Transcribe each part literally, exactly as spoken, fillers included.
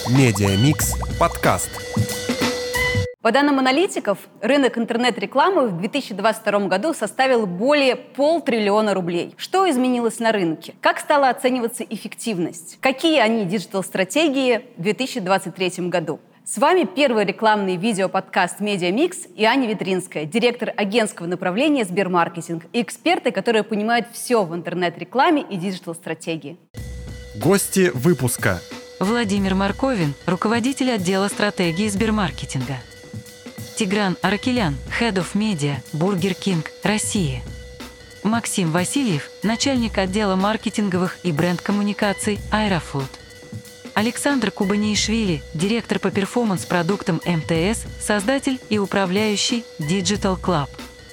Медиамикс подкаст. По данным аналитиков, рынок интернет-рекламы в две тысячи двадцать втором году составил более полтриллиона рублей. Что изменилось на рынке? Как стала оцениваться эффективность? Какие они диджитал-стратегии в две тысячи двадцать третьем году? С вами первый рекламный видеоподкаст «Медиамикс» и Аня Витринская, директор агентского направления «Сбермаркетинг» и эксперты, которые понимают все в интернет-рекламе и диджитал-стратегии. Гости выпуска. Владимир Марковин, руководитель отдела стратегии Сбермаркетинга. Тигран Аракелян, Head of Media, Burger King, Россия. Максим Васильев, начальник отдела маркетинговых и бренд-коммуникаций Аэрофлот. Александр Кубанеишвили, директор по перформанс-продуктам эм тэ эс, создатель и управляющий Digital Club.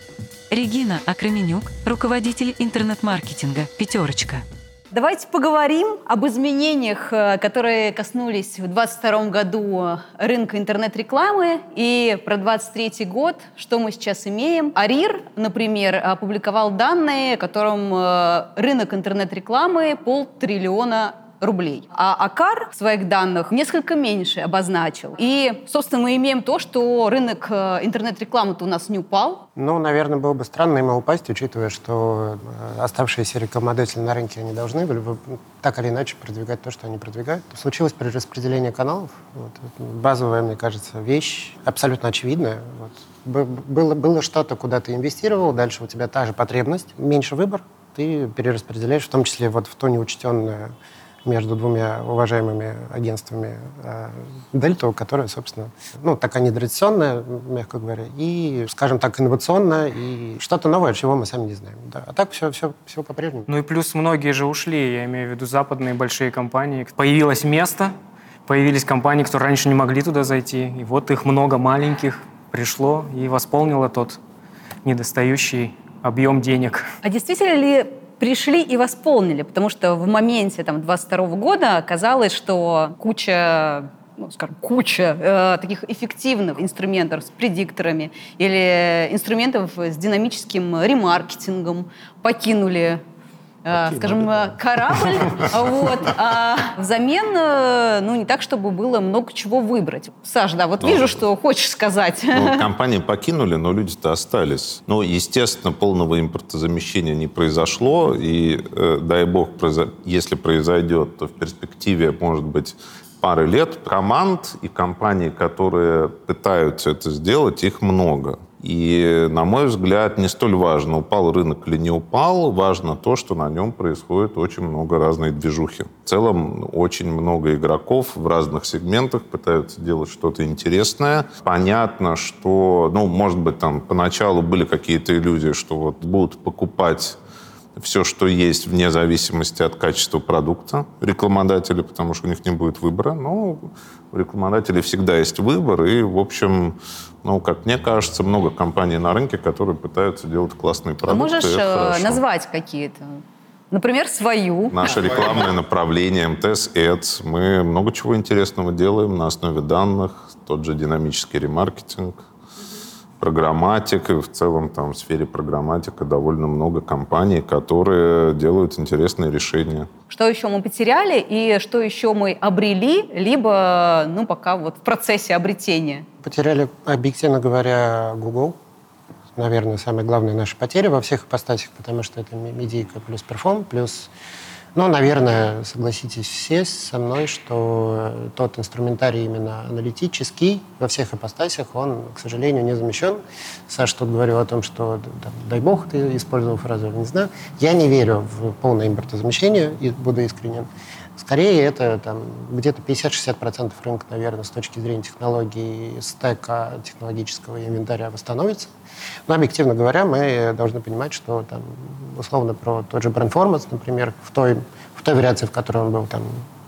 Регина Акраменюк, руководитель интернет-маркетинга «Пятерочка». Давайте поговорим об изменениях, которые коснулись в двадцать втором году рынка интернет-рекламы, и про двадцать третий год, что мы сейчас имеем. АРИР, например, опубликовал данные, о котором рынок интернет-рекламы полтриллиона рублей. А АКАР в своих данных несколько меньше обозначил. И, собственно, мы имеем то, что рынок интернет-рекламы-то у нас не упал. Ну, наверное, было бы странно ему упасть, учитывая, что оставшиеся рекламодатели на рынке, они должны были бы так или иначе продвигать то, что они продвигают. Случилось перераспределение каналов. Вот. Базовая, мне кажется, вещь, абсолютно очевидная. Вот. Было, было что-то, куда ты инвестировал, дальше у тебя та же потребность, меньше выбор, ты перераспределяешь, в том числе вот в то неучтенное между двумя уважаемыми агентствами э, Дельту, которая, собственно, ну, такая нетрадиционная, мягко говоря, и, скажем так, инновационная, и что-то новое, чего мы сами не знаем. Да. А так все, все, все по-прежнему. Ну и плюс многие же ушли, я имею в виду западные большие компании. Появилось место, появились компании, которые раньше не могли туда зайти, и вот их много маленьких пришло и восполнило тот недостающий объем денег. А действительно ли пришли и восполнили? Потому что в моменте там, двадцать второго года оказалось, что куча, ну, скажем, куча э, таких эффективных инструментов с предикторами или инструментов с динамическим ремаркетингом покинули, э, скажем, да. корабль. Вот, а взамен, э, ну, не так, чтобы было много чего выбрать. Саш, да, вот но, вижу, что хочешь сказать. Ну, компании покинули, но люди-то остались. Ну, естественно, полного импортозамещения не произошло, и, э, дай бог, произо... если произойдет, то в перспективе, может быть, пары лет. Команд и компаний, которые пытаются это сделать, их много. И, на мой взгляд, не столь важно, упал рынок или не упал, важно то, что на нем происходит очень много разной движухи. В целом, очень много игроков в разных сегментах пытаются делать что-то интересное. Понятно, что, ну, может быть, там поначалу были какие-то иллюзии, что вот будут покупать все, что есть, вне зависимости от качества продукта рекламодатели, потому что у них не будет выбора. Но у рекламодателей всегда есть выбор, и, в общем, ну, как мне кажется, много компаний на рынке, которые пытаются делать классные продукты. А можешь назвать какие-то? Например, свою. Наше рекламное направление эм тэ эс Ads. Мы много чего интересного делаем на основе данных, тот же динамический ремаркетинг, программатика, и в целом там в сфере программатика довольно много компаний, которые делают интересные решения. Что еще мы потеряли и что еще мы обрели, либо, ну, пока вот в процессе обретения? Потеряли, объективно говоря, Google. Наверное, самая главная наша потеря во всех ипостасях, потому что это медийка плюс перформ, плюс... Ну, наверное, согласитесь все со мной, что тот инструментарий именно аналитический во всех ипостасях, он, к сожалению, не замещен. Саша тут говорил о том, что, там, дай бог, ты использовал фразу, не знаю. Я не верю в полное импортозамещение, и буду искренен. Скорее, это там, где-то пятьдесят-шестьдесят процентов рынка, наверное, с точки зрения технологий, стека технологического инвентаря восстановится. Но, объективно говоря, мы должны понимать, что, там, условно, про тот же Brandformance, например, в той, в той вариации, в которой он был там,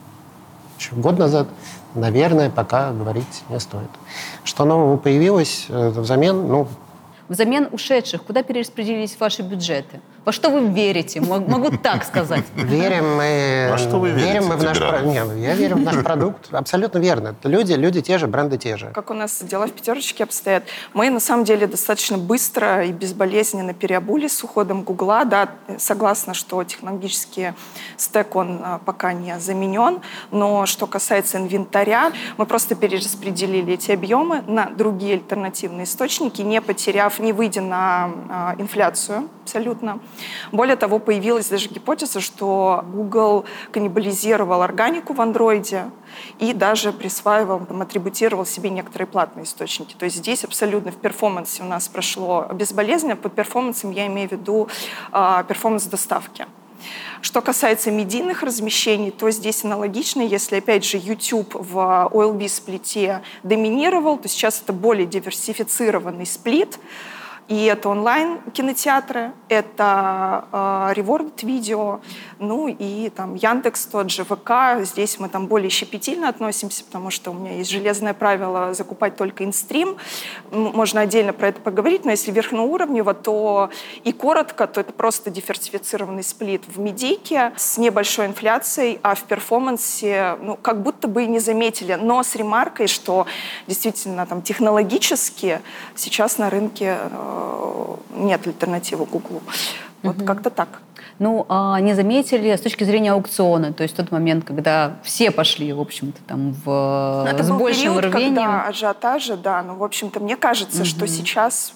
еще год назад, наверное, пока говорить не стоит. Что нового появилось взамен? Ну, Взамен ушедших, куда перераспределились ваши бюджеты? Во что вы верите? Могу так сказать. Верим мы... Во что вы верите, верим мы в наш Тигран? про- Нет, я верю в наш продукт. Абсолютно верно. Люди, люди те же, бренды те же. Как у нас дела в пятерочке обстоят. Мы, на самом деле, достаточно быстро и безболезненно переобулись с уходом Гугла. Да, согласна, что технологический стек, он а, пока не заменен. Но что касается инвентаря, мы просто перераспределили эти объемы на другие альтернативные источники, не потеряв, не выйдя на а, инфляцию абсолютно. Более того, появилась даже гипотеза, что Google каннибализировал органику в андроиде и даже присваивал, там, атрибутировал себе некоторые платные источники. То есть здесь абсолютно в перформансе у нас прошло безболезненно. Под перформансом я имею в виду э, перформанс доставки. Что касается медийных размещений, то здесь аналогично. Если, опять же, YouTube в о эл би-сплите доминировал, то сейчас это более диверсифицированный сплит. И это онлайн-кинотеатры, это э, реворд-видео, ну и там Яндекс, тот же ВК. Здесь мы там более щепетильно относимся, потому что у меня есть железное правило закупать только инстрим. Можно отдельно про это поговорить, но если верхнеуровнево, то и коротко, то это просто диверсифицированный сплит в медийке с небольшой инфляцией, а в перформансе, ну, как будто бы и не заметили, но с ремаркой, что действительно там технологически сейчас на рынке э, нет альтернативы Гуглу. Вот угу. Как-то так. Ну, а не заметили с точки зрения аукциона, то есть тот момент, когда все пошли, в общем-то, там в... Это с был большим период, рвением. когда ажиотажа, да, ну, в общем-то, мне кажется, угу. что сейчас,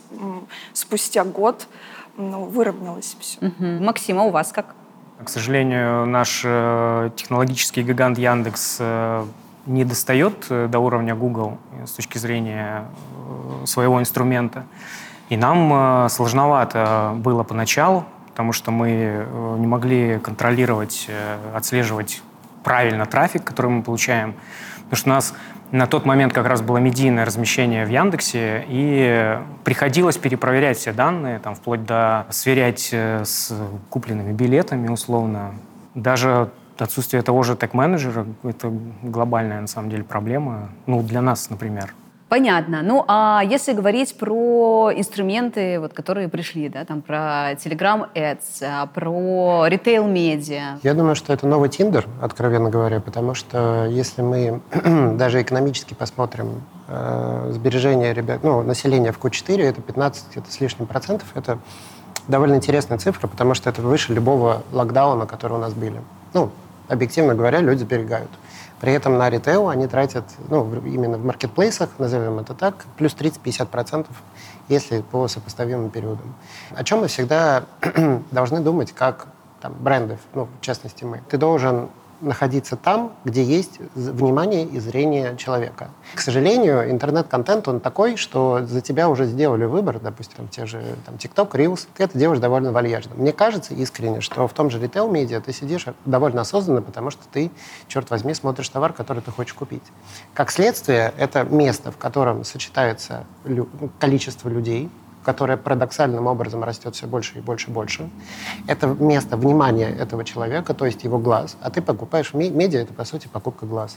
спустя год, ну, выровнялось все. Угу. Максим, а у вас как? К сожалению, наш э, технологический гигант Яндекс э, не достает до уровня Google с точки зрения э, своего инструмента. И нам сложновато было поначалу, потому что мы не могли контролировать, отслеживать правильно трафик, который мы получаем. Потому что у нас на тот момент как раз было медийное размещение в Яндексе, и приходилось перепроверять все данные, там, вплоть до сверять с купленными билетами условно. Даже отсутствие того же тег-менеджера — это глобальная на самом деле проблема, ну, для нас, например. Понятно. Ну, а если говорить про инструменты, вот, которые пришли, да, там, про Telegram Ads, про ритейл-медиа? Я думаю, что это новый Tinder, откровенно говоря, потому что если мы даже экономически посмотрим э, сбережения ребят, ну, населения в ку четыре, это пятнадцать это с лишним процентов, это довольно интересная цифра, потому что это выше любого локдауна, который у нас были. Ну, объективно говоря, люди сберегают. При этом на ритейл они тратят, ну, именно в маркетплейсах, назовем это так, плюс тридцать-пятьдесят процентов, если по сопоставимым периодам. О чем мы всегда должны думать, как там, бренды, ну, в частности мы. Ты должен находиться там, где есть внимание и зрение человека. К сожалению, интернет-контент, он такой, что за тебя уже сделали выбор, допустим, там, те же там, TikTok, Reels, ты это делаешь довольно вальяжно. Мне кажется искренне, что в том же ритейл-медиа ты сидишь довольно осознанно, потому что ты, черт возьми, смотришь товар, который ты хочешь купить. Как следствие, это место, в котором сочетается лю- количество людей, которое парадоксальным образом растет все больше и больше и больше. Это место внимания этого человека, то есть его глаз. А ты покупаешь медиа, это, по сути, покупка глаз.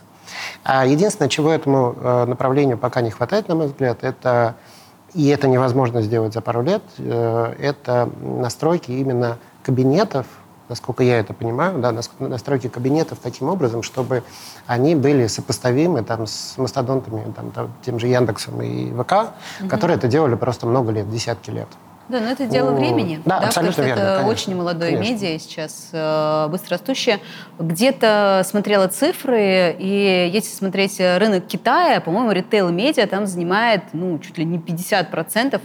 А единственное, чего этому э, направлению пока не хватает, на мой взгляд, это, и это невозможно сделать за пару лет, э, это настройки именно кабинетов, насколько я это понимаю, да, настройки кабинетов таким образом, чтобы они были сопоставимы там, с мастодонтами, там, там, тем же Яндексом и ВК, угу. которые это делали просто много лет, десятки лет. Да, но это дело времени, да, да, абсолютно потому что верно, это конечно, очень молодое конечно. медиа сейчас, э, быстрорастущее. Где-то смотрела цифры, и если смотреть рынок Китая, по-моему, ритейл-медиа там занимает ну, чуть ли не пятьдесят процентов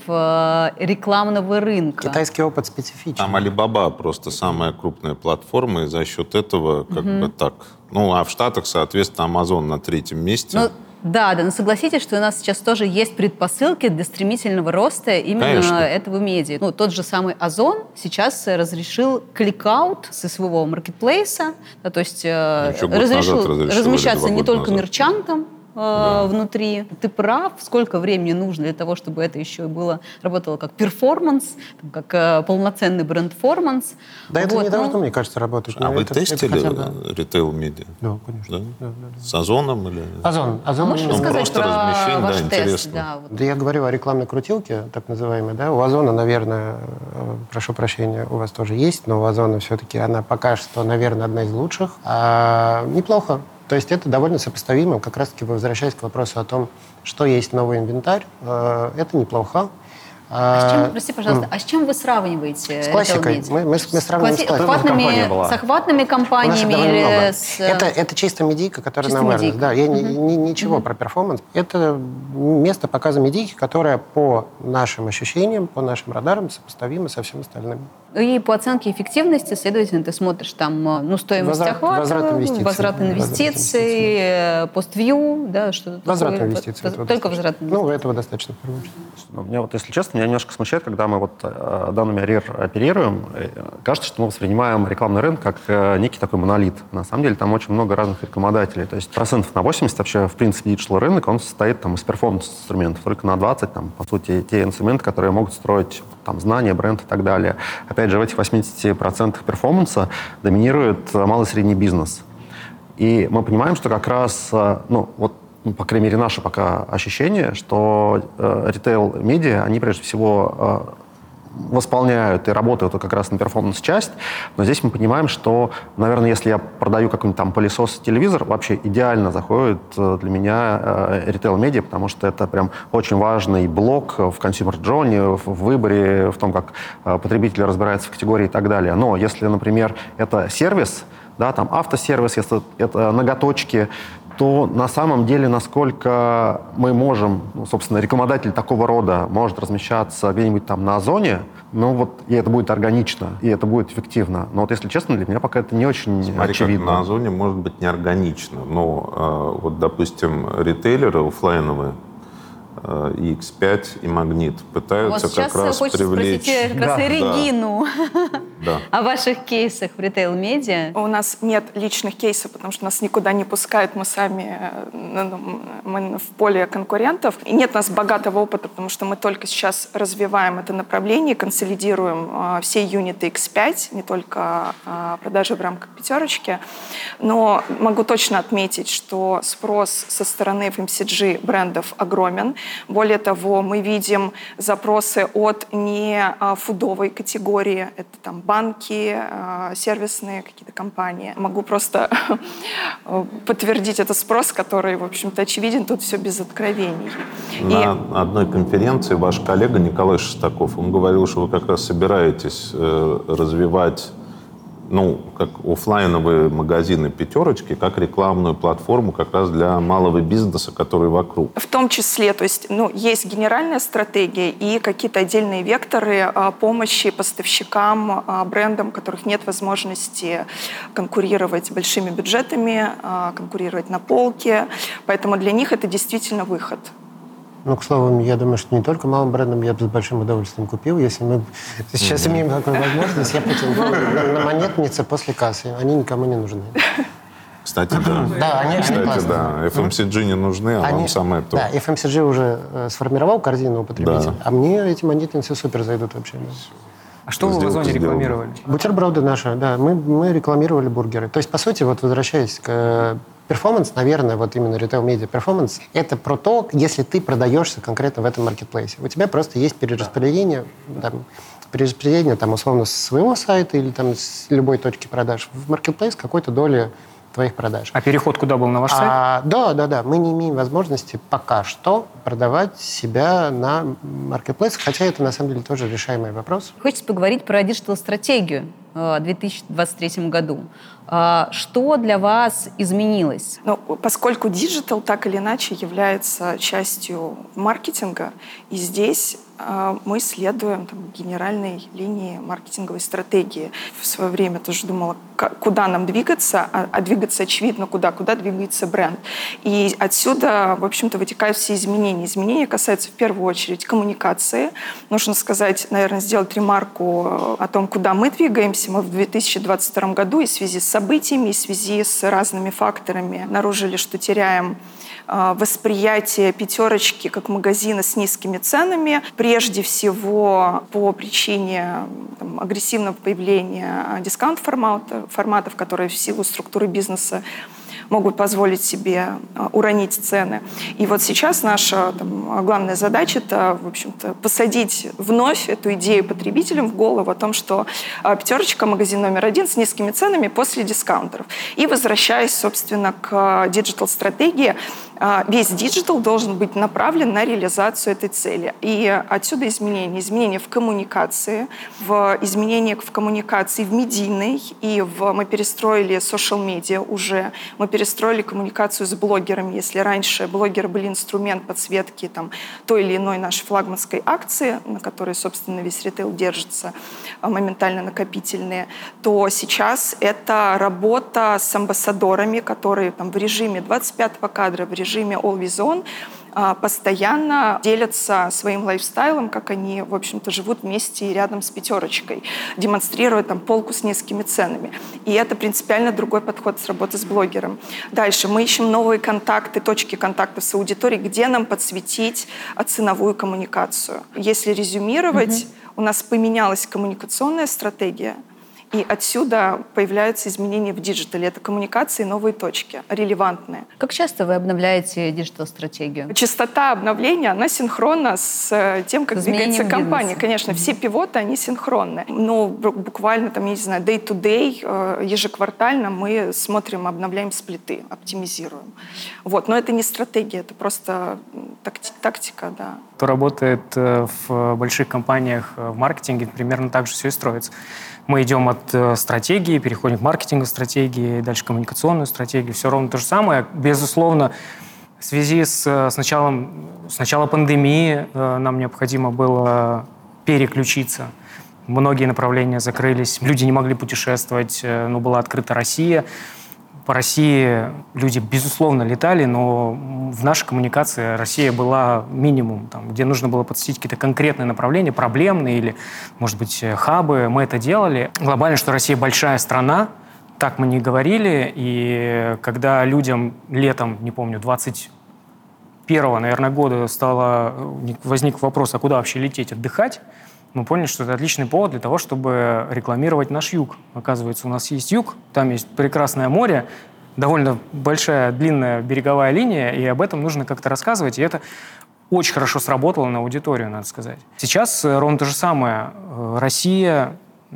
рекламного рынка. Китайский опыт специфичен. Там Alibaba просто самая крупная платформа, и за счет этого как угу. бы так. Ну, а в Штатах, соответственно, Amazon на третьем месте. Но Да, да, но согласитесь, что у нас сейчас тоже есть предпосылки для стремительного роста именно Конечно. этого медиа. Ну, тот же самый Озон сейчас разрешил клик-аут со своего маркетплейса, да, то есть Еще год разрешил назад разрешили, размещаться или два не года только назад. мерчантам, э, внутри. Ты прав, сколько времени нужно для того, чтобы это еще и было, работало как перформанс, как э, полноценный бренд-форманс. Да, это вот, не ну, должно, мне кажется, работать. А Но вы это- тестили это хотя бы- ритейл-медиа? Да, конечно. Да? Да, да, да. С Озоном или... Озон. Озон Можешь Ну, рассказать просто про размещение, ваш да, тест? интересно. Да, вот. Да я говорю о рекламной крутилке, так называемой, да. У Озона, наверное, э, прошу прощения, у вас тоже есть, но у Озона все-таки она пока что, наверное, одна из лучших. А, неплохо. То есть это довольно сопоставимо, как раз-таки возвращаясь к вопросу о том, что есть новый инвентарь, э, это неплохо. А с чем, А, прости, пожалуйста, м. а с чем вы сравниваете С классикой. ритейл-медиа? Мы, мы, мы сравниваем Класси- с классикой. охватными, компания была? с охватными У нас их компаниями довольно или много. с... Это, это чисто медийка, которая Чисто на awareness. медийка. Да, я ни- Мгм. ни- ничего Мгм. про перформанс. Это место показа медийки, которое по нашим ощущениям, по нашим радарам сопоставимо со всем остальным. И по оценке эффективности, следовательно, ты смотришь там, ну, стоимость Возврат- охвата, возврат инвестиций. возврат Возврат инвестиций, э, поствью, да, что-то Возврат такое. инвестиций. Воз- этого Только достаточно. возврат инвестиций. Ну, этого достаточно. Ну, мне вот, если честно, меня немножко смущает, когда мы вот э, данными РИР оперируем. э, Кажется, что мы воспринимаем рекламный рынок как э, некий такой монолит. На самом деле там очень много разных рекламодателей. То есть процентов на восемьдесят вообще, в принципе, диджитал рынок, он состоит там из перформанс-инструментов. Только на двадцать, там, по сути, те инструменты, которые могут строить там, знания, бренд и так далее. Опять же, в этих восьмидесяти процентах перформанса доминирует э, малый и средний бизнес. И мы понимаем, что как раз, э, ну, вот, ну, по крайней мере, наше пока ощущение, что э, ритейл-медиа, они прежде всего э, восполняют и работают вот как раз на перформанс-часть, но здесь мы понимаем, что, наверное, если я продаю какой-нибудь там пылесос и телевизор, вообще идеально заходит э, для меня э, ритейл-медиа, потому что это прям очень важный блок в консюмер-джоне, в, в выборе, в том, как э, потребитель разбирается в категории и так далее. Но если, например, это сервис, да, там автосервис, если это ноготочки, то на самом деле, насколько мы можем, ну, собственно, рекламодатель такого рода может размещаться где-нибудь там на Озоне, ну вот, и это будет органично, и это будет эффективно. Но вот, если честно, для меня пока это не очень Смотри, очевидно. как на Озоне может быть неорганично, но э, вот, допустим, ритейлеры оффлайновые, э, и икс пять, и Магнит пытаются Вот как сейчас раз хочется привлечь... спросить как раз Да, и Регину Да. о ваших кейсах в ритейл-медиа. У нас нет личных кейсов, потому что нас никуда не пускают, мы сами э, ну, мы в поле конкурентов. И нет у нас богатого опыта, потому что мы только сейчас развиваем это направление, консолидируем э, все юниты икс пять, не только э, продажи в рамках пятерочки. Но могу точно отметить, что спрос со стороны эф эм си джи брендов огромен. Более того, мы видим запросы от не э, фудовой категории, это там банки, э, сервисные какие-то компании. Могу просто подтвердить этот спрос, который, в общем-то, очевиден, тут все без откровений. На И одной конференции ваш коллега Николай Шестаков, он говорил, что вы как раз собираетесь э, развивать, ну, как оффлайновые магазины «Пятерочки», как рекламную платформу как раз для малого бизнеса, который вокруг. в том числе, то есть, ну, есть генеральная стратегия и какие-то отдельные векторы а, помощи поставщикам, а, брендам, у которых нет возможности конкурировать большими бюджетами, а, конкурировать на полке. Поэтому для них это действительно выход. Ну, к слову, я думаю, что не только малым брендом я бы с большим удовольствием купил, если мы сейчас имеем такую возможность, я потянул на, на монетнице после кассы. Они никому не нужны. Кстати, да. Да, они очень Кстати, классные. да. эф эм си джи не нужны, а Они- вам самое то. Да, эф эм си джи уже э, сформировал корзину у потребителя, Да. а мне эти монетницы супер зайдут вообще. да. А что вы в Сделка Озоне сделана. рекламировали? Бутерброды наши, да, мы, мы рекламировали бургеры. То есть, по сути, вот возвращаясь к э, перформанс, наверное, вот именно ритейл-медиа перформанс, это про то, если ты продаешься конкретно в этом маркетплейсе. У тебя просто есть перераспределение, там, перераспределение там, условно, с своего сайта или там, с любой точки продаж в маркетплейс какой-то доли твоих продаж. А переход куда был, на ваш сайт? А, да, да, да. Мы не имеем возможности пока что продавать себя на маркетплейсах, хотя это на самом деле тоже решаемый вопрос. Хочется поговорить про диджитал-стратегию э, в две тысячи двадцать третьем году. А, Что для вас изменилось? Но поскольку диджитал так или иначе является частью маркетинга, и здесь мы следуем там, генеральной линии маркетинговой стратегии. В свое время тоже думала, куда нам двигаться, а двигаться очевидно куда, куда двигается бренд. И отсюда, в общем-то, вытекают все изменения. Изменения касаются в первую очередь коммуникации. Нужно сказать, наверное, сделать ремарку о том, куда мы двигаемся. Мы в две тысячи двадцать втором году и в связи с событиями, и в связи с разными факторами обнаружили, что теряем восприятие «Пятерочки» как магазина с низкими ценами, прежде всего по причине там, агрессивного появления дискаунт-форматов, форматов, которые в силу структуры бизнеса могут позволить себе уронить цены. И вот сейчас наша там, главная задача — это, в общем-то, посадить вновь эту идею потребителям в голову о том, что «Пятерочка» — магазин номер один с низкими ценами после дискаунтеров. И возвращаясь, собственно, к диджитал-стратегии, весь диджитал должен быть направлен на реализацию этой цели. И отсюда изменения. Изменения в коммуникации, в изменения в коммуникации в медийной, и в, мы перестроили social-медиа уже, мы перестроили коммуникацию с блогерами. Если раньше блогеры были инструмент подсветки там, той или иной нашей флагманской акции, на которой, собственно, весь ритейл держится, моментально накопительные, то сейчас это работа с амбассадорами, которые там, в режиме двадцать пятого кадра, в режиме Always On постоянно делятся своим лайфстайлом, как они, в общем-то, живут вместе и рядом с «Пятерочкой», демонстрируя там полку с низкими ценами. И это принципиально другой подход с работы с блогером. Дальше мы ищем новые контакты, точки контактов с аудиторией, где нам подсветить ценовую коммуникацию. Если резюмировать, mm-hmm. у нас поменялась коммуникационная стратегия, и отсюда появляются изменения в диджитале. Это коммуникации, новые точки, релевантные. Как часто вы обновляете диджитал-стратегию? Частота обновления, она синхронна с тем, как двигается компания. Бизнеса. Конечно, mm-hmm. все пивоты, они синхронны. Но буквально, там, я не знаю, day-to-day, ежеквартально мы смотрим, обновляем сплиты, оптимизируем. Вот. Но это не стратегия, это просто такти- тактика, да. Кто работает в больших компаниях в маркетинге, примерно так же все и строится. Мы идем от стратегии, переходим к маркетинговой стратегии, дальше коммуникационную стратегию. Все ровно то же самое. Безусловно, в связи с, с, началом, с начала пандемии нам необходимо было переключиться. Многие направления закрылись, люди не могли путешествовать, но была открыта Россия. По России люди, безусловно, летали, но в нашей коммуникации Россия была минимум, там, где нужно было подсветить какие-то конкретные направления, проблемные или, может быть, хабы. Мы это делали. Глобально, что Россия большая страна, так мы не говорили. И когда людям летом, не помню, двадцать первого, наверное, года стало, возник вопрос, а куда вообще лететь, отдыхать, мы поняли, что это отличный повод для того, чтобы рекламировать наш юг. Оказывается, у нас есть юг, там есть прекрасное море, довольно большая, длинная береговая линия, и об этом нужно как-то рассказывать, и это очень хорошо сработало на аудиторию, надо сказать. Сейчас ровно то же самое. Россия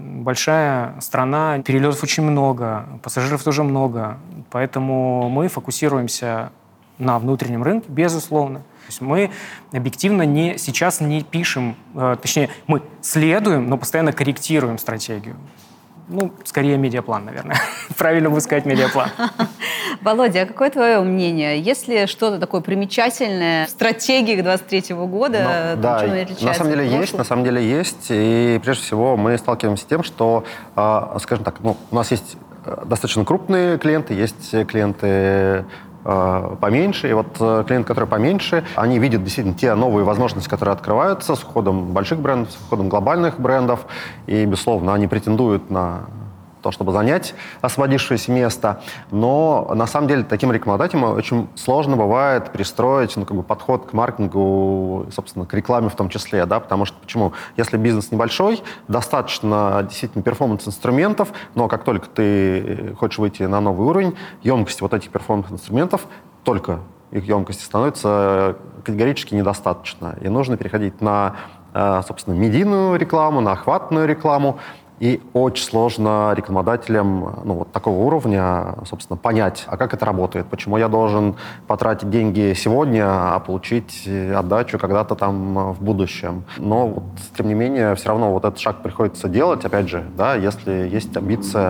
большая страна, перелетов очень много, пассажиров тоже много, поэтому мы фокусируемся на внутреннем рынке, безусловно. То есть мы объективно не, сейчас не пишем, э, точнее, мы следуем, но постоянно корректируем стратегию. Ну, скорее медиаплан, наверное. Правильно будет сказать медиаплан. Володя, а какое твое мнение? Есть ли что-то такое примечательное в стратегии двадцать третьего года? Ну, да, на самом деле есть, на самом деле есть. И прежде всего мы сталкиваемся с тем, что, э, скажем так, ну, у нас есть достаточно крупные клиенты, есть клиенты поменьше. И вот клиенты, которые поменьше, они видят действительно те новые возможности, которые открываются с уходом больших брендов, с уходом глобальных брендов. И, безусловно, они претендуют на то, чтобы занять освободившееся место. Но, на самом деле, таким рекламодателям очень сложно бывает перестроить ну, как бы подход к маркетингу, собственно, к рекламе в том числе. Да? Потому что, почему? Если бизнес небольшой, достаточно действительно перформанс-инструментов, но как только ты хочешь выйти на новый уровень, емкость вот этих перформанс-инструментов, только их емкости становится категорически недостаточно. И нужно переходить на, собственно, медийную рекламу, на охватную рекламу. И очень сложно рекламодателям ну, вот такого уровня, собственно, понять, а как это работает, почему я должен потратить деньги сегодня, а получить отдачу когда-то там в будущем. Но, вот, тем не менее, все равно вот этот шаг приходится делать, опять же, да, если есть амбиция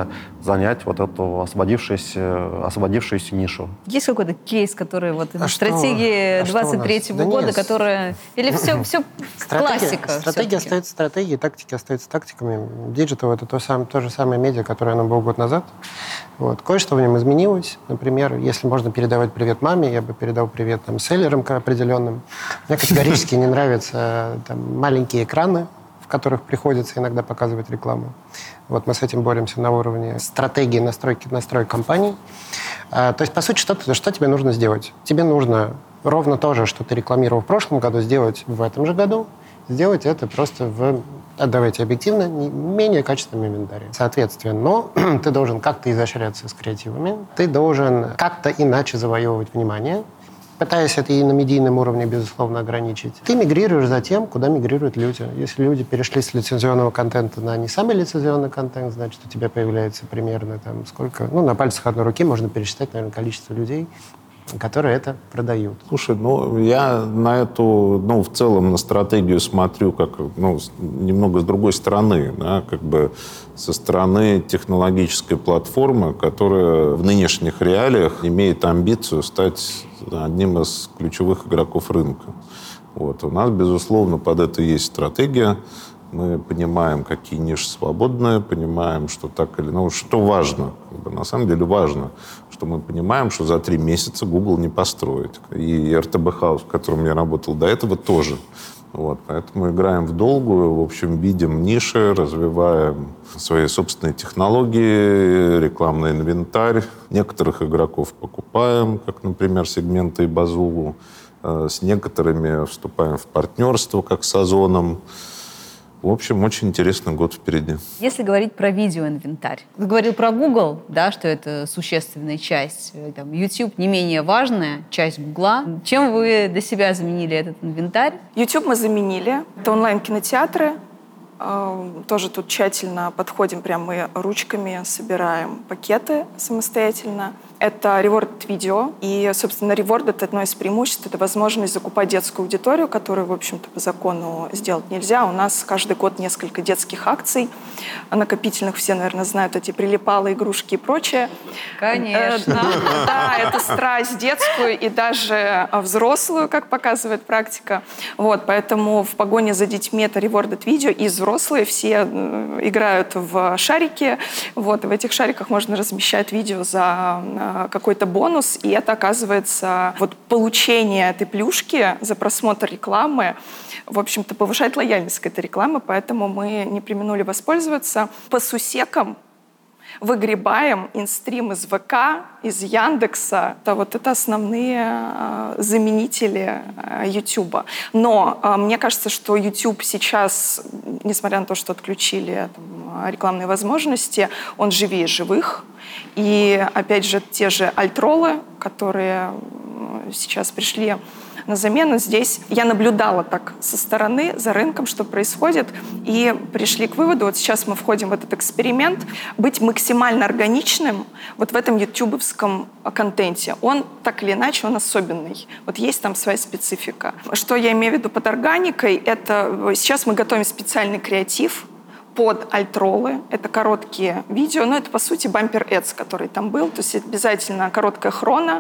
занять вот эту освободившуюся, освободившуюся нишу. Есть какой-то кейс, который вот А стратегии что? А двадцать третьего да года, нет. которая... Или все, все Стратегия, классика? стратегия все-таки? остается стратегией, тактики остаются тактиками. Диджитал — это то, сам, то же самое медиа, которое оно было год назад. Вот. Кое-что в нем изменилось. Например, если можно передавать привет маме, я бы передал привет там, селлерам определенным. Мне категорически не нравятся там, маленькие экраны, в которых приходится иногда показывать рекламу. Вот мы с этим боремся на уровне стратегии настройки, настройки компаний. А, то есть, по сути, что, что тебе нужно сделать? Тебе нужно ровно то же, что ты рекламировал в прошлом году, сделать в этом же году, сделать это просто в, давайте объективно, менее качественном инвентаре. Соответственно, но ты должен как-то изощряться с креативами, ты должен как-то иначе завоевывать внимание, пытаясь это и на медийном уровне, безусловно, ограничить. Ты мигрируешь за тем, куда мигрируют люди. Если люди перешли с лицензионного контента на не самый лицензионный контент, значит, у тебя появляется примерно там сколько... Ну, на пальцах одной руки можно пересчитать, наверное, количество людей, которые это продают. Слушай, ну, я на эту, ну, в целом на стратегию смотрю как, ну, немного с другой стороны, да, как бы со стороны технологической платформы, которая в нынешних реалиях имеет амбицию стать одним из ключевых игроков рынка. Вот. У нас, безусловно, под это есть стратегия. Мы понимаем, какие ниши свободные, понимаем, что так или иначе, что важно. На самом деле важно, что мы понимаем, что за три месяца Google не построит. И эр тэ бэ House, в котором я работал до этого, тоже. Вот. Поэтому играем в долгую, в общем, видим ниши, развиваем свои собственные технологии, рекламный инвентарь. Некоторых игроков покупаем, как, например, сегменты Базулу. С некоторыми вступаем в партнерство, как с Озоном. В общем, очень интересный год впереди. Если говорить про видеоинвентарь. Ты говорил про Google, да, что это существенная часть. Там, YouTube не менее важная часть Гугла. Чем вы для себя заменили этот инвентарь? YouTube мы заменили. Это онлайн-кинотеатры. Тоже тут тщательно подходим, прям мы ручками собираем пакеты самостоятельно. Это рeward-видео. И, собственно, reward — это одно из преимуществ. Это возможность закупать детскую аудиторию, которую, в общем-то, по закону сделать нельзя. У нас каждый год несколько детских акций накопительных. Все, наверное, знают эти прилипалы, игрушки и прочее. Конечно. Да, это страсть детскую и даже взрослую, как показывает практика. Вот, поэтому в погоне за детьми это rewarded-видео. И взрослые все играют в шарики. Вот, и в этих шариках можно размещать видео за какой-то бонус, и это, оказывается, вот получение этой плюшки за просмотр рекламы, в общем-то, повышает лояльность к этой рекламе, поэтому мы не преминули воспользоваться. По сусекам выгребаем инстрим из вэ ка, из Яндекса. Это вот это основные э, заменители э, Ютуба. Но э, мне кажется, что YouTube сейчас, несмотря на то, что отключили там, рекламные возможности, он живее живых. И, опять же, те же альтролы, которые сейчас пришли на замену, здесь я наблюдала так со стороны за рынком, что происходит, и пришли к выводу, вот сейчас мы входим в этот эксперимент, быть максимально органичным вот в этом ютубовском контенте. Он так или иначе, он особенный. Вот есть там своя специфика. Что я имею в виду под органикой, это сейчас мы готовим специальный креатив под альтролы. Это короткие видео, но это, по сути, бампер-эдс, который там был. То есть обязательно короткая хрона.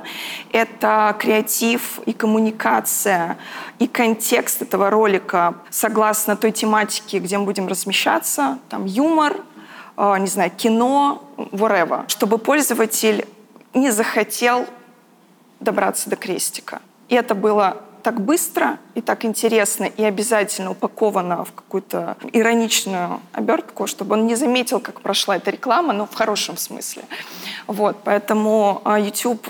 Это креатив и коммуникация, и контекст этого ролика согласно той тематике, где мы будем размещаться. Там юмор, э, не знаю, кино, whatever. Чтобы пользователь не захотел добраться до крестика. И это было так быстро и так интересно, и обязательно упаковано в какую-то ироничную обертку, чтобы он не заметил, как прошла эта реклама, но в хорошем смысле. Вот, поэтому YouTube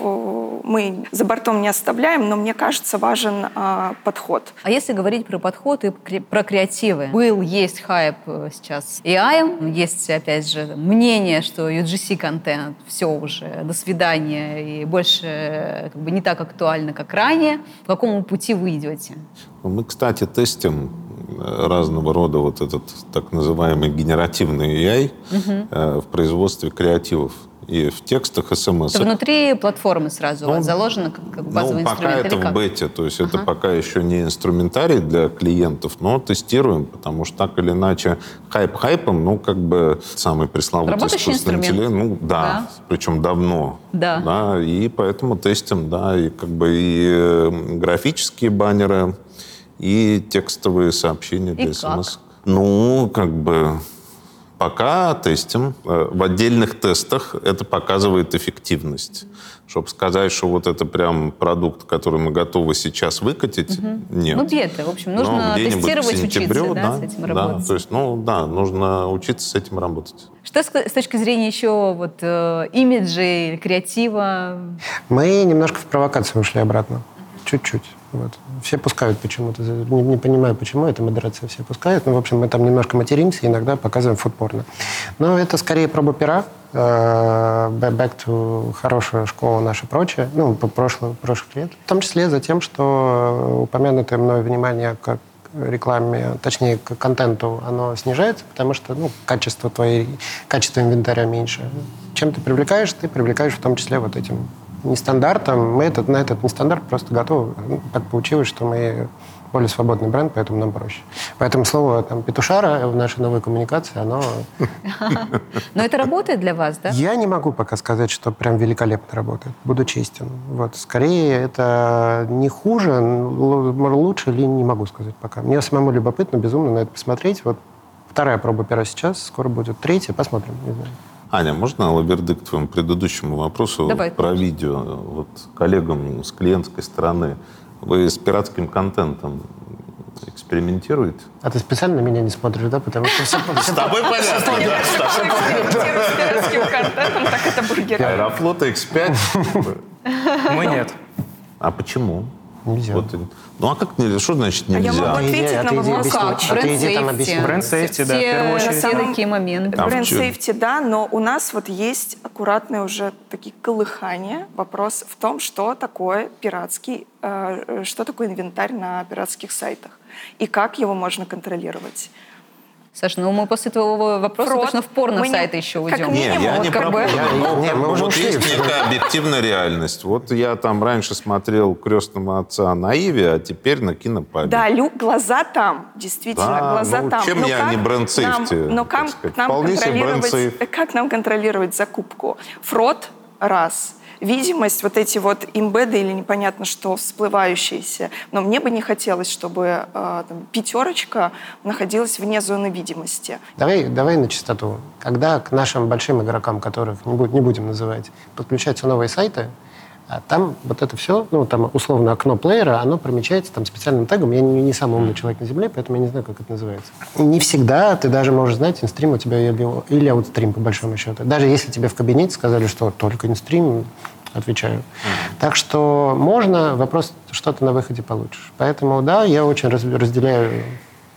мы за бортом не оставляем, но мне кажется, важен а, подход. А если говорить про подход и про креативы? Был, есть хайп сейчас эй ай, есть, опять же, мнение, что ю джи си-контент все уже, до свидания, и больше как бы не так актуально, как ранее. По какому пути вы идете? Мы, кстати, тестим разного рода вот этот так называемый генеративный эй ай угу. в производстве креативов. и в текстах, эс эм эс. Это внутри платформы сразу Ну, у вас заложено как, как базовый ну, инструмент? пока это или как? в бете, то есть Ага. это пока еще не инструментарий для клиентов, но тестируем, потому что так или иначе хайп хайпом, ну, как бы самый пресловутый Работающий искусственный инструмент. интеллект, ну, да, Да. причем давно. Да. И поэтому тестим, да, и как бы и э, графические баннеры, и текстовые сообщения для И эс эм эс. как? Ну, как бы пока тестим. Э, В отдельных тестах это показывает эффективность. Чтобы сказать, что вот это прям продукт, который мы готовы сейчас выкатить, нет. Ну, бета. В общем, Но нужно где-нибудь к тестировать, сентябрю, учиться, да, с этим работать. Да, то есть, ну, да, нужно учиться с этим работать. Что с, с точки зрения еще вот, э, имиджей, креатива? Мы немножко в провокацию ушли обратно. Чуть-чуть. Вот. Все пускают почему-то. Не, не понимаю, почему. Это модерация все пускают. Ну, в общем, мы там немножко материмся, иногда показываем фудпорно. Но это скорее проба пера. э, Back to хорошая школа наша прочее. Ну, по прошлых, прошлых лет. В том числе за тем, что упомянутое мной внимание к рекламе, точнее, к контенту, оно снижается, потому что ну, качество твоей, качество инвентаря меньше. Чем ты привлекаешь? Ты привлекаешь в том числе вот этим нестандартом. Мы этот, на этот нестандарт просто готовы. Ну, так получилось, что мы более свободный бренд, поэтому нам проще. Поэтому слово там, «петушара» в нашей новой коммуникации, оно... Но это работает для вас, да? Я не могу пока сказать, что прям великолепно работает. Буду честен. Вот. Скорее, это не хуже, л- лучше ли не могу сказать пока. Мне самому любопытно, безумно на это посмотреть. Вот вторая проба пера сейчас, скоро будет третья. Посмотрим, не знаю. Аня, можно лабердык к твоему предыдущему вопросу Давай. про видео? Вот коллегам с клиентской стороны. Вы с пиратским контентом экспериментируете? А ты специально на меня не смотришь, да? Потому что все... С тобой понятно. С пиратским контентом, так это бургер. Аэрофлот икс пять. Мы нет. А почему? Нельзя. Вот, ну а как нельзя? Что значит А я нельзя? могу Отойди, ответить на отойди, вопрос. объясни. Как? А ты иди там Бренд-сейфти. объясни. Бренд-сейфти, да, в первую Все, очередь. все Самом- такие моменты. А в Бренд чём? сейфти, да, но у нас вот есть аккуратные уже такие колыхания. Вопрос в том, что такое пиратский, э, что такое инвентарь на пиратских сайтах и как его можно контролировать. Саша, ну мы после твоего вопроса Фрод. точно в порно Мы не- сайты еще как уйдем. Не, я Вот не как про бы. порно. Я- Ну, не, как мы бы уже вот ушли. есть некая объективная реальность. Вот я там раньше смотрел «Крестного отца» на Иве, а теперь на Кинопабе. Да, лю, глаза там, действительно, Да, глаза ну, там. чем Но я как не бренд-сейфти, нам- Но так как сказать? нам Вполне себе контролировать, бренд-сейф. как нам контролировать закупку? Фрод – раз. Видимость, вот эти вот имбеды или непонятно что всплывающиеся. Но мне бы не хотелось, чтобы э, там, пятерочка находилась вне зоны видимости. Давай, давай на чистоту. Когда к нашим большим игрокам, которых не, буд- не будем называть, подключаются новые сайты, а там вот это все, ну, там условно окно плеера, оно промечается там специальным тегом. Я не, не самый умный человек на Земле, поэтому я не знаю, как это называется. Не всегда ты даже можешь знать, инстрим у тебя или, или аутстрим, по большому счету. Даже если тебе в кабинете сказали, что только инстрим, отвечаю. Так что можно, вопрос, что ты на выходе получишь. Поэтому, да, я очень раз- разделяю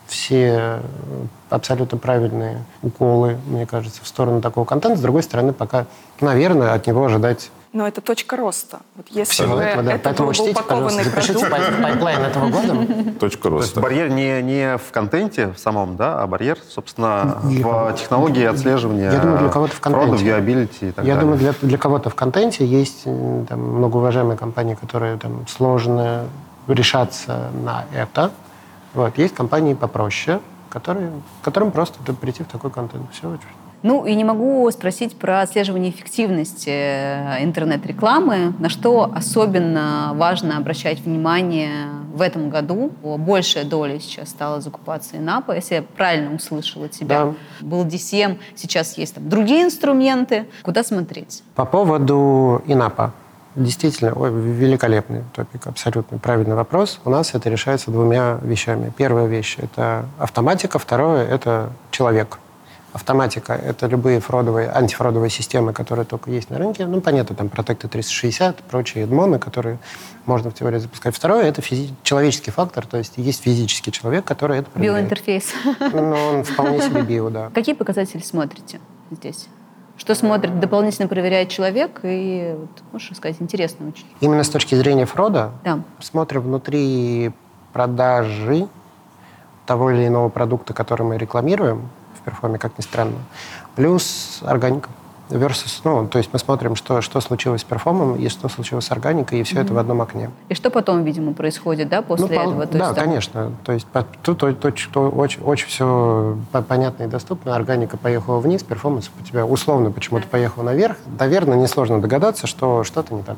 все абсолютно правильные уколы, мне кажется, в сторону такого контента. С другой стороны, пока, наверное, от него ожидать Но это точка роста. Вот если всего бы этого. Да. это Поэтому был бы учтите, пожалуйста, упакованный запишите продукт, пай- пайплайн этого года. Точка То есть роста. барьер не, не в контенте в самом, да, а барьер, собственно, Для в кого- технологии отслеживания Я думаю, для кого-то в контенте. фрода, вьюабилити и так Я далее. думаю, для, для кого-то в контенте есть м, там, многоуважаемые компании, которые там, сложно решаться на это. Вот. Есть компании попроще, которые, которым просто да, прийти в такой контент. Все очень. Ну и не могу спросить про отслеживание эффективности э, интернет-рекламы. На что особенно важно обращать внимание в этом году? Большая доля сейчас стала закупаться инапа. Если я правильно услышала тебя. Да. Был ди си эм, сейчас есть там другие инструменты. Куда смотреть? По поводу инапа. Действительно, ой, великолепный топик, абсолютно правильный вопрос. У нас это решается двумя вещами. Первая вещь – это автоматика, второе – это человек. Автоматика – это любые фродовые, антифродовые системы, которые только есть на рынке. Ну, понятно, там Protected триста шестьдесят, прочие эдмоны, которые можно в теории запускать. Второе – это физи- человеческий фактор, то есть есть физический человек, который это проверяет. Биоинтерфейс. Ну, он вполне себе био, да. Какие показатели смотрите здесь? Что смотрит, дополнительно проверяет человек? И, вот, можешь сказать, интересно очень. Именно с точки зрения фрода Да. смотрим внутри продажи того или иного продукта, который мы рекламируем в перформе, как ни странно, плюс органика. versus, ну, то есть мы смотрим, что, что случилось с перформом и что случилось с органикой, и все mm-hmm. это в одном окне. И что потом, видимо, происходит, да, после ну, этого? То да, есть, там... конечно. То есть тут то, то, то, очень, очень все понятно и доступно. Органика поехала вниз, перформанс у тебя условно почему-то yeah. поехал наверх. Наверное, несложно догадаться, что что-то не так.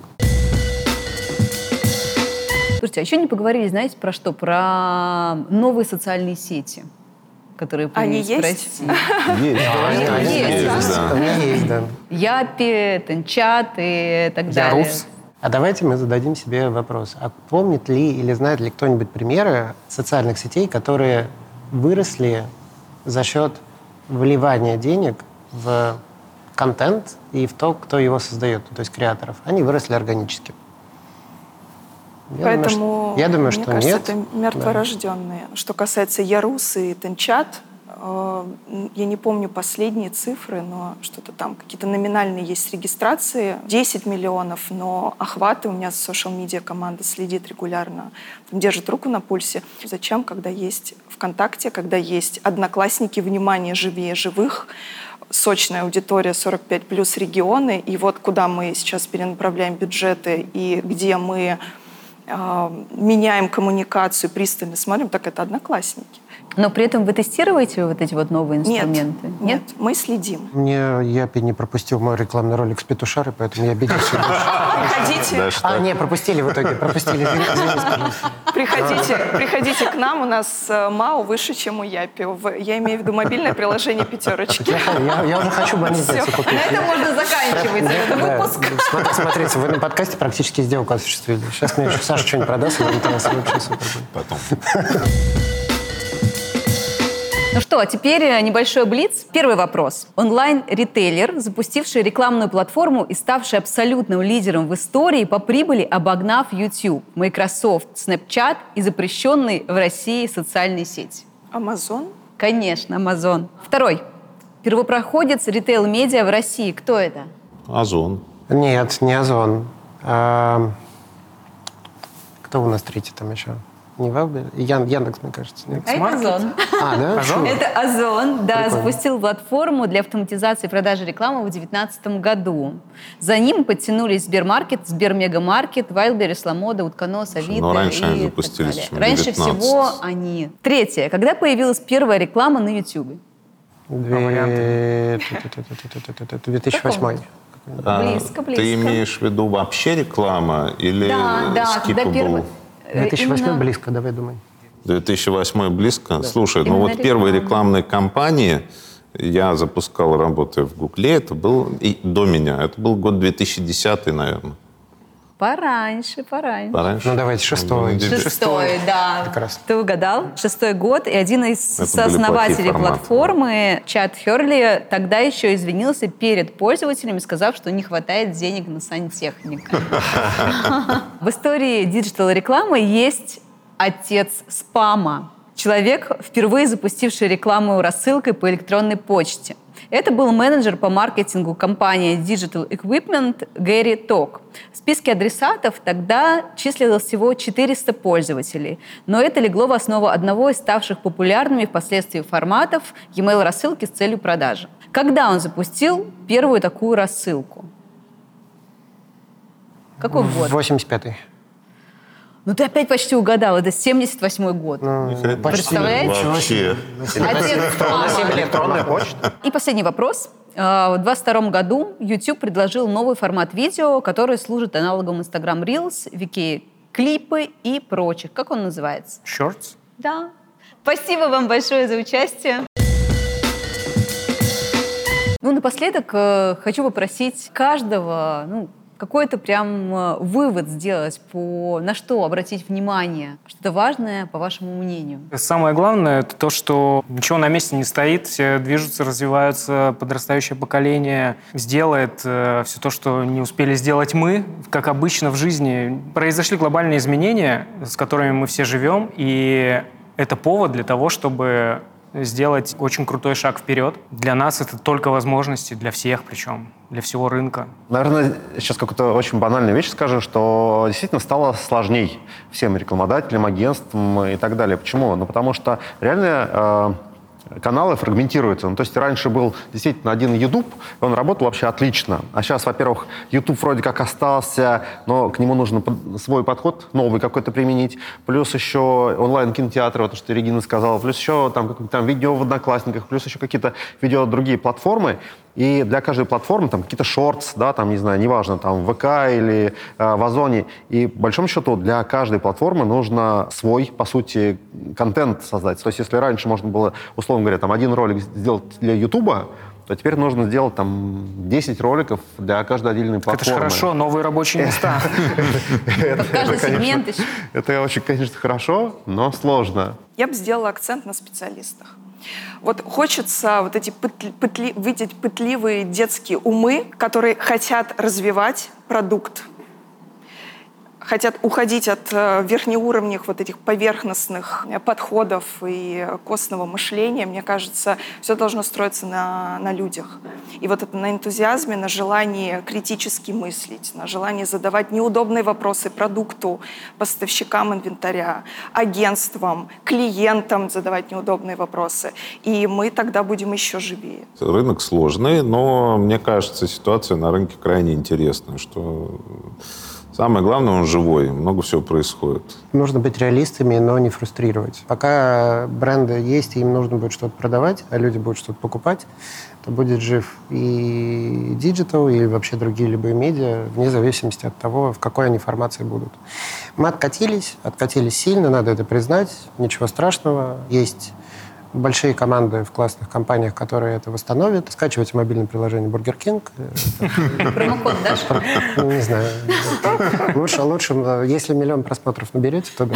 Слушайте, а еще не поговорили, знаете, про что? Про новые социальные сети, которые появились в России. Есть. Они есть. Есть, да. Япи, Тенчат и так далее. Ярус. А давайте мы зададим себе вопрос. А помнит ли или знает ли кто-нибудь примеры социальных сетей, которые выросли за счет вливания денег в контент и в то, кто его создает, то есть креаторов? Они выросли органически. Я Поэтому, думаю, что, я думаю, мне что кажется, нет. это мертворожденные. Да. Что касается Ярус и Тенчат, э, я не помню последние цифры, но что-то там, какие-то номинальные есть регистрации. десять миллионов, но охваты у меня social-media команда следит регулярно, держит руку на пульсе. Зачем, когда есть ВКонтакте, когда есть Одноклассники, внимание, живее живых, сочная аудитория, сорок пять плюс регионы, и вот куда мы сейчас перенаправляем бюджеты и где мы меняем коммуникацию, пристально смотрим, так это Одноклассники. Но при этом вы тестируете вот эти вот новые инструменты? Нет, нет, мы следим. Мне Япи не пропустил мой рекламный ролик с петушарой, поэтому я обиделся. Приходите. А, не, пропустили в итоге, пропустили. Приходите, приходите к нам, у нас МАУ выше, чем у Япи. Я имею в виду мобильное приложение «Пятерочки». Я уже хочу больницу купить. На этом можно заканчивать этот выпуск. Смотрите, вы на подкасте практически сделку осуществили. Сейчас мне еще Саша что-нибудь продаст, и это вообще супер будет. Потом. Ну что, а теперь небольшой блиц. Первый вопрос. Онлайн-ритейлер, запустивший рекламную платформу и ставший абсолютным лидером в истории по прибыли, обогнав YouTube, Microsoft, Snapchat и запрещенные в России социальные сети. Amazon? Конечно, Amazon. Второй. Первопроходец ритейл-медиа в России. Кто это? Озон. Нет, не Озон. А, кто у нас третий там еще? Не Валбер? Ян, Яндекс, мне кажется. Нет? А это Озон. А, да? Озон? Это Озон, да, Прикольно. запустил платформу для автоматизации продажи рекламы в две тысячи девятнадцатом году. За ним подтянулись Сбермаркет, Сбермегамаркет, Вайлдберрис, Ламода, Утконос, Авито. Но раньше и они так запустились, далее. чем в Раньше девятнадцать. всего они. Третье. Когда появилась первая реклама на Ютубе? две тысячи восьмой. А, Близко, близко. Ты имеешь в виду вообще реклама или Да, да, когда skippable? первый... две тысячи восьмой Именно- близко, давай думай. две тысячи восьмой близко? Слушай, ну Именно вот первые реклама. рекламные кампании я запускал, работая в Гугле, это был, и до меня, это был год две тысячи десятый, наверное. Пораньше, пораньше. Пораньше. Ну, давайте шестой. Ну, Шестой, да. Прекрасно. Ты угадал. Шестой год. И один из Это были сооснователей плохие форматы. платформы, Чад Херли, тогда еще извинился перед пользователями, сказав, что не хватает денег на сантехника. В истории диджитал-рекламы есть отец спама. Человек, впервые запустивший рекламу рассылкой по электронной почте. Это был менеджер по маркетингу компании Digital Equipment Гэри Ток. В списке адресатов тогда числилось всего четыреста пользователей, но это легло в основу одного из ставших популярными впоследствии форматов e-mail рассылки с целью продажи. Когда он запустил первую такую рассылку? Какой год? восемьдесят пятый. Ну ты опять почти угадал, это семьдесят восьмой год. Представляете? Вообще. Отец спама. Электронная почта. И последний вопрос. В двадцать втором году YouTube предложил новый формат видео, который служит аналогом Instagram Reels, ви кей клипы и прочих. Как он называется? Shorts? Да. Спасибо вам большое за участие. Ну, напоследок э, хочу попросить каждого, ну, какой-то прям э, вывод сделать, по, на что обратить внимание, что-то важное, по вашему мнению. Самое главное — это то, что ничего на месте не стоит, все движутся, развиваются, подрастающее поколение сделает э, все то, что не успели сделать мы. Как обычно в жизни произошли глобальные изменения, с которыми мы все живем, и это повод для того, чтобы сделать очень крутой шаг вперед. Для нас это только возможности, для всех причем, для всего рынка. Наверное, сейчас какую-то очень банальную вещь скажу, что действительно стало сложней всем рекламодателям, агентствам и так далее. Почему? Ну, потому что реально э, каналы фрагментируются. Ну, то есть раньше был действительно один YouTube, он работал вообще отлично. А сейчас, во-первых, YouTube вроде как остался, но к нему нужно свой подход, новый какой-то применить. Плюс еще онлайн-кинотеатры, вот то, что Регина сказала. Плюс еще там, там видео в Одноклассниках, плюс еще какие-то видео другие платформы. И для каждой платформы там какие-то шортс, да, там, не знаю, неважно, там, в ВК или э, в Озоне. И, по большому счету, для каждой платформы нужно свой, по сути, контент создать. То есть, если раньше можно было, условно говоря, там, один ролик сделать для Ютуба, то теперь нужно сделать там десять роликов для каждой отдельной платформы. Это же хорошо, новые рабочие места. Под каждый сегмент еще. Это очень, конечно, хорошо, но сложно. Я бы сделала акцент на специалистах. Вот хочется вот эти пытли, пытли, видеть пытливые детские умы, которые хотят развивать продукт, хотят уходить от э, верхнеуровневых вот этих поверхностных подходов и костного мышления. Мне кажется, все должно строиться на, на людях. И вот это на энтузиазме, на желании критически мыслить, на желании задавать неудобные вопросы продукту, поставщикам инвентаря, агентствам, клиентам задавать неудобные вопросы. И мы тогда будем еще живее. Рынок сложный, но мне кажется, ситуация на рынке крайне интересная, что... Самое главное, он живой, много всего происходит. Нужно быть реалистами, но не фрустрировать. Пока бренды есть, и им нужно будет что-то продавать, а люди будут что-то покупать, то будет жив и диджитал, и вообще другие любые медиа, вне зависимости от того, в какой они формации будут. Мы откатились, откатились сильно, надо это признать, ничего страшного. Есть большие команды в классных компаниях, которые это восстановят. Скачивайте мобильное приложение Burger King. Промокод дашь? Не знаю. Лучше, лучше, если миллион просмотров наберете, то да.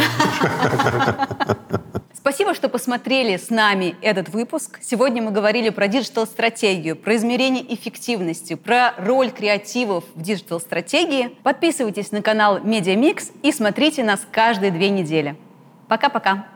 Спасибо, что посмотрели с нами этот выпуск. Сегодня мы говорили про диджитал-стратегию, про измерение эффективности, про роль креативов в диджитал-стратегии. Подписывайтесь на канал Media Mix и смотрите нас каждые две недели. Пока-пока.